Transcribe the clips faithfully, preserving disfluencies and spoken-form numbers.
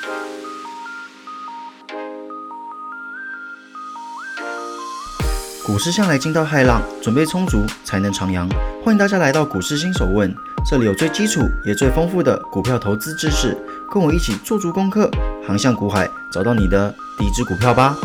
股市向来惊涛骇浪，准备充足才能徜徉。欢迎大家来到股市新手问，这里有最基础也最丰富的股票投资知识，跟我一起做足功课，航向股海，找到你的第一支股票吧。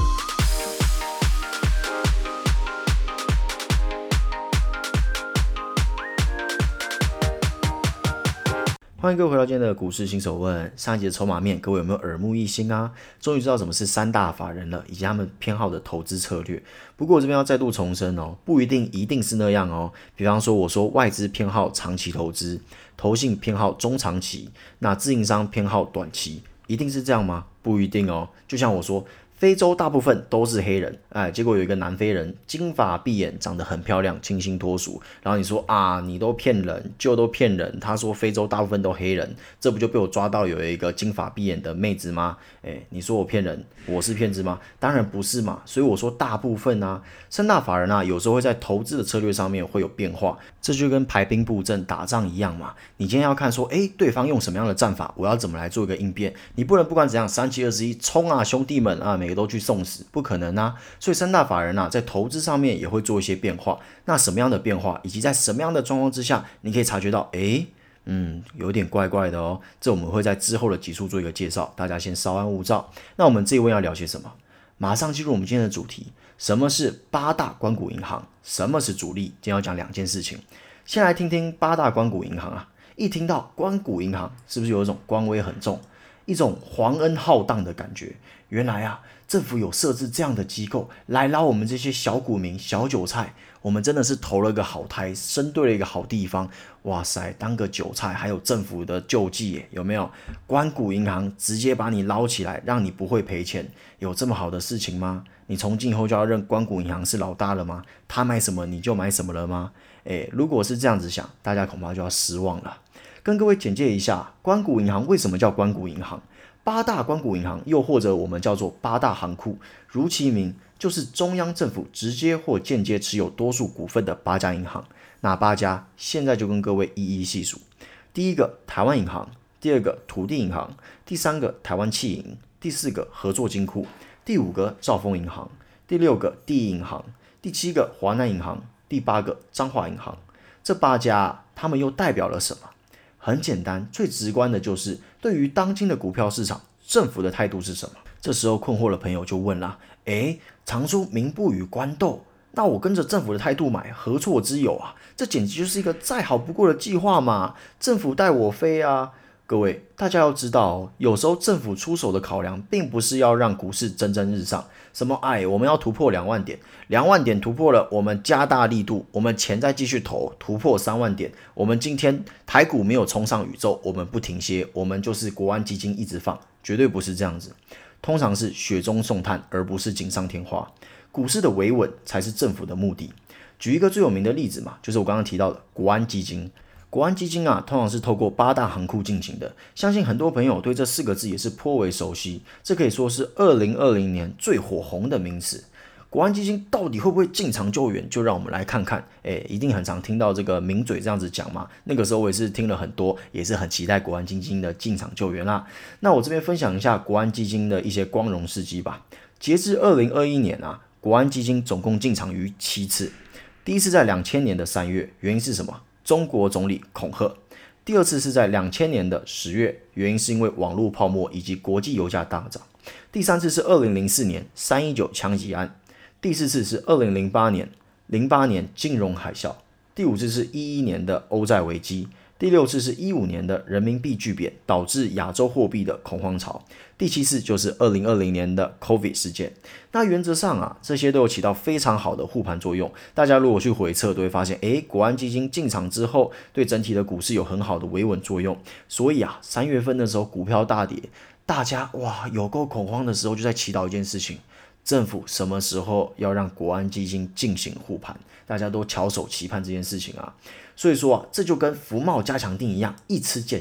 欢迎各位回到今天的股市新手问。上一集的筹码面，各位有没有耳目一新啊？终于知道什么是三大法人了，以及他们偏好的投资策略。不过我这边要再度重申哦，不一定一定是那样哦。比方说，我说外资偏好长期投资，投信偏好中长期，那自营商偏好短期，一定是这样吗？不一定哦。就像我说，非洲大部分都是黑人，哎，结果有一个南非人，金发碧眼，长得很漂亮，清新脱俗。然后你说啊，你都骗人，就都骗人。他说非洲大部分都黑人，这不就被我抓到有一个金发碧眼的妹子吗？哎，你说我骗人，我是骗子吗？当然不是嘛。所以我说大部分啊，三大法人啊，有时候会在投资的策略上面会有变化，这就跟排兵布阵打仗一样嘛。你今天要看说，哎，对方用什么样的战法，我要怎么来做一个应变？你不能不管怎样，三七二十一，冲啊，兄弟们啊，每个都去送死，不可能啊！所以三大法人啊，在投资上面也会做一些变化。那什么样的变化，以及在什么样的状况之下，你可以察觉到，诶，嗯，有点怪怪的哦。这我们会在之后的集数做一个介绍，大家先稍安勿躁。那我们这一位要聊些什么？马上进入我们今天的主题：什么是八大官股银行？什么是主力？今天要讲两件事情。先来听听八大官股银行啊。一听到官股银行，是不是有一种官威很重，一种皇恩浩荡的感觉？原来啊，政府有设置这样的机构来捞我们这些小股民、小韭菜，我们真的是投了个好胎，生对了一个好地方。哇塞，当个韭菜还有政府的救济耶，有没有？官股银行直接把你捞起来，让你不会赔钱，有这么好的事情吗？你从今以后就要认官股银行是老大了吗？他买什么你就买什么了吗？诶，如果是这样子想，大家恐怕就要失望了。跟各位简介一下，官股银行为什么叫官股银行？八大官股银行，又或者我们叫做八大行库，如其名，就是中央政府直接或间接持有多数股份的八家银行。哪八家？现在就跟各位一一细数。第一个台湾银行，第二个土地银行，第三个台湾企银，第四个合作金库，第五个兆丰银行，第六个第一银行，第七个华南银行，第八个彰化银行。这八家，他们又代表了什么？很简单，最直观的就是对于当今的股票市场，政府的态度是什么？这时候困惑的朋友就问啦，诶，常说民不与官斗，那我跟着政府的态度买，何错之有啊？这简直就是一个再好不过的计划嘛，政府带我飞啊！各位，大家要知道哦，有时候政府出手的考量，并不是要让股市蒸蒸日上。什么哎，我们要突破两万点，两万点突破了，我们加大力度，我们钱再继续投，突破三万点。我们今天台股没有冲上宇宙，我们不停歇，我们就是国安基金一直放，绝对不是这样子。通常是雪中送炭，而不是锦上添花。股市的维稳才是政府的目的。举一个最有名的例子嘛，就是我刚刚提到的国安基金。国安基金啊，通常是透过八大行库进行的，相信很多朋友对这四个字也是颇为熟悉。这可以说是二零二零年最火红的名词。国安基金到底会不会进场救援？就让我们来看看。诶，一定很常听到这个名嘴这样子讲嘛。那个时候我也是听了很多，也是很期待国安基金的进场救援啦。那我这边分享一下国安基金的一些光荣事迹吧。截至二零二一年啊，国安基金总共进场于七次。第一次在两千年的三月，原因是什么？中国总理恐吓。第二次是在两千年的十月，原因是因为网络泡沫以及国际油价大涨。第三次是二零零四年三一九枪击案。第四次是二零零八年零八年金融海啸。第五次是一一年的欧债危机。第六次是一五年的人民币巨贬，导致亚洲货币的恐慌潮。第七次就是二零二零年的 COVID 事件。那原则上啊，这些都有起到非常好的护盘作用。大家如果去回测，都会发现，诶，国安基金进场之后，对整体的股市有很好的维稳作用。所以啊，三月份的时候股票大跌，大家哇有够恐慌的时候，就在祈祷一件事情：政府什么时候要让国安基金进行护盘？大家都翘首期盼这件事情啊。所以说啊，这就跟福茂加强定一样，一吃见效。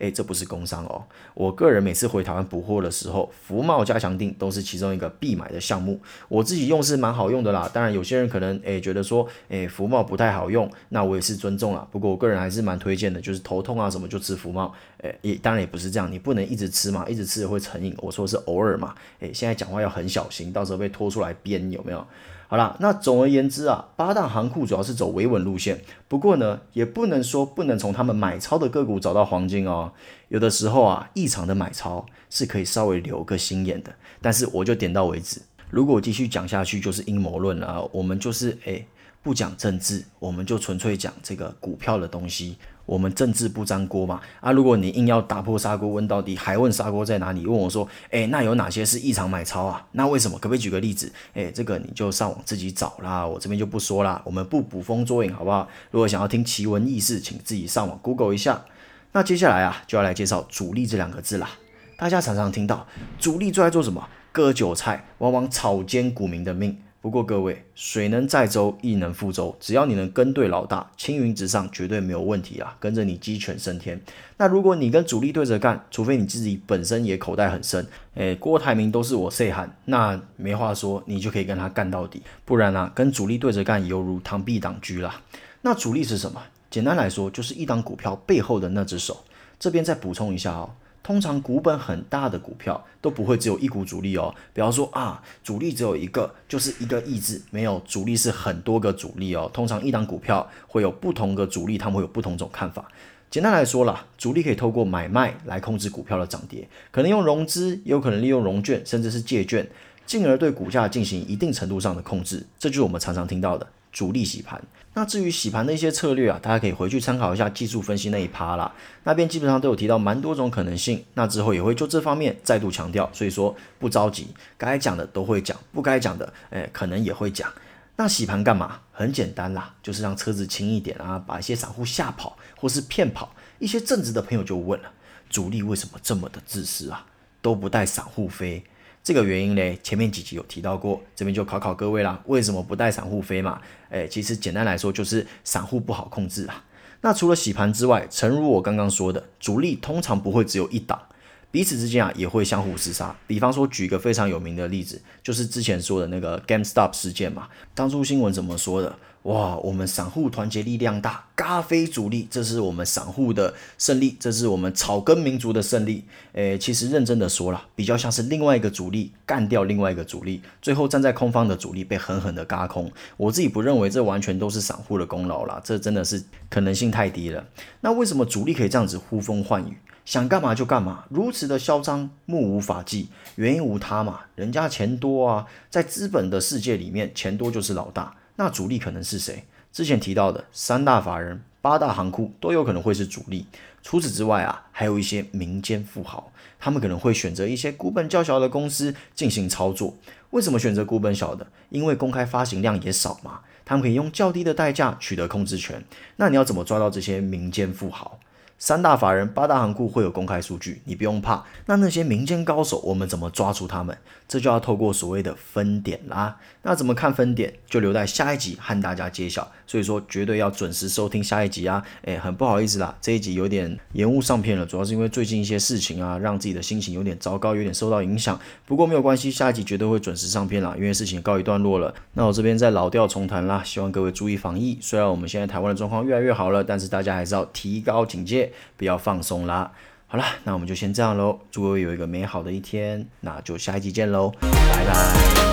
哎，这不是工商哦。我个人每次回台湾补货的时候，福茂加强定都是其中一个必买的项目。我自己用是蛮好用的啦，当然有些人可能哎觉得说，哎福茂不太好用，那我也是尊重啦。不过我个人还是蛮推荐的，就是头痛啊什么就吃福茂。哎，也当然也不是这样，你不能一直吃嘛，一直吃也会成瘾。我说的是偶尔嘛。哎，现在讲话要很小心，到时候被拖出来编有没有？好啦，那总而言之啊，八大行库主要是走维稳路线，不过呢，也不能说不能从他们买超的个股找到黄金哦。有的时候啊，异常的买超是可以稍微留个心眼的，但是我就点到为止。如果继续讲下去就是阴谋论了啊，我们就是诶不讲政治，我们就纯粹讲这个股票的东西。我们政治不沾锅嘛啊！如果你硬要打破砂锅问到底，还问砂锅在哪里？问我说，哎，那有哪些是异常买超啊？那为什么？可不可以举个例子？哎，这个你就上网自己找啦，我这边就不说啦，我们不捕风捉影，好不好？如果想要听奇闻异事，请自己上网 Google 一下。那接下来啊，就要来介绍主力这两个字啦。大家常常听到主力最爱做什么？割韭菜，往往草菅股民的命。不过各位，水能载舟，亦能覆舟。只要你能跟对老大，青云直上，绝对没有问题啦。跟着你鸡犬升天。那如果你跟主力对着干，除非你自己本身也口袋很深，诶，郭台铭都是我 say 喊，那没话说，你就可以跟他干到底。不然啊，跟主力对着干，犹如螳臂挡车啦。那主力是什么？简单来说，就是一档股票背后的那只手。这边再补充一下哦。通常股本很大的股票都不会只有一股主力哦，比方说啊，主力只有一个，就是一个意志，没有，主力是很多个主力哦。通常一档股票会有不同的主力，他们会有不同种看法。简单来说啦，主力可以透过买卖来控制股票的涨跌，可能用融资，也有可能利用融券，甚至是借券，进而对股价进行一定程度上的控制。这就是我们常常听到的主力洗盘。那至于洗盘的一些策略啊，大家可以回去参考一下技术分析那一趴啦，那边基本上都有提到蛮多种可能性，那之后也会就这方面再度强调，所以说不着急，该讲的都会讲，不该讲的诶可能也会讲。那洗盘干嘛？很简单啦，就是让车子轻一点啊，把一些散户吓跑或是骗跑。一些正直的朋友就问了，主力为什么这么的自私啊，都不带散户飞？这个原因呢，前面几集有提到过，这边就考考各位啦，为什么不带散户飞嘛？诶，其实简单来说就是散户不好控制啊。那除了洗盘之外，诚如我刚刚说的，主力通常不会只有一档，彼此之间啊也会相互厮杀。比方说举一个非常有名的例子，就是之前说的那个 GameStop 事件嘛。当初新闻怎么说的？哇，我们散户团结力量大，嘎飞主力，这是我们散户的胜利，这是我们草根民族的胜利。诶，其实认真的说啦，比较像是另外一个主力干掉另外一个主力，最后站在空方的主力被狠狠的嘎空。我自己不认为这完全都是散户的功劳啦，这真的是可能性太低了。那为什么主力可以这样子呼风唤雨，想干嘛就干嘛，如此的嚣张，目无法纪？原因无他嘛，人家钱多啊，在资本的世界里面，钱多就是老大。那主力可能是谁？之前提到的三大法人、八大行库都有可能会是主力。除此之外啊，还有一些民间富豪，他们可能会选择一些股本较小的公司进行操作。为什么选择股本小的？因为公开发行量也少嘛，他们可以用较低的代价取得控制权。那你要怎么抓到这些民间富豪？三大法人、八大行库会有公开数据，你不用怕。那那些民间高手，我们怎么抓住他们？这就要透过所谓的分点啦。那怎么看分点，就留在下一集和大家揭晓。所以说，绝对要准时收听下一集啊！诶，很不好意思啦，这一集有点延误上片了，主要是因为最近一些事情啊，让自己的心情有点糟糕，有点受到影响。不过没有关系，下一集绝对会准时上片啦，因为事情告一段落了。那我这边再老调重弹啦，希望各位注意防疫。虽然我们现在台湾的状况越来越好了，但是大家还是要提高警戒，不要放松啦。好啦，那我们就先这样咯，祝各位有一个美好的一天，那就下一集见咯，拜拜。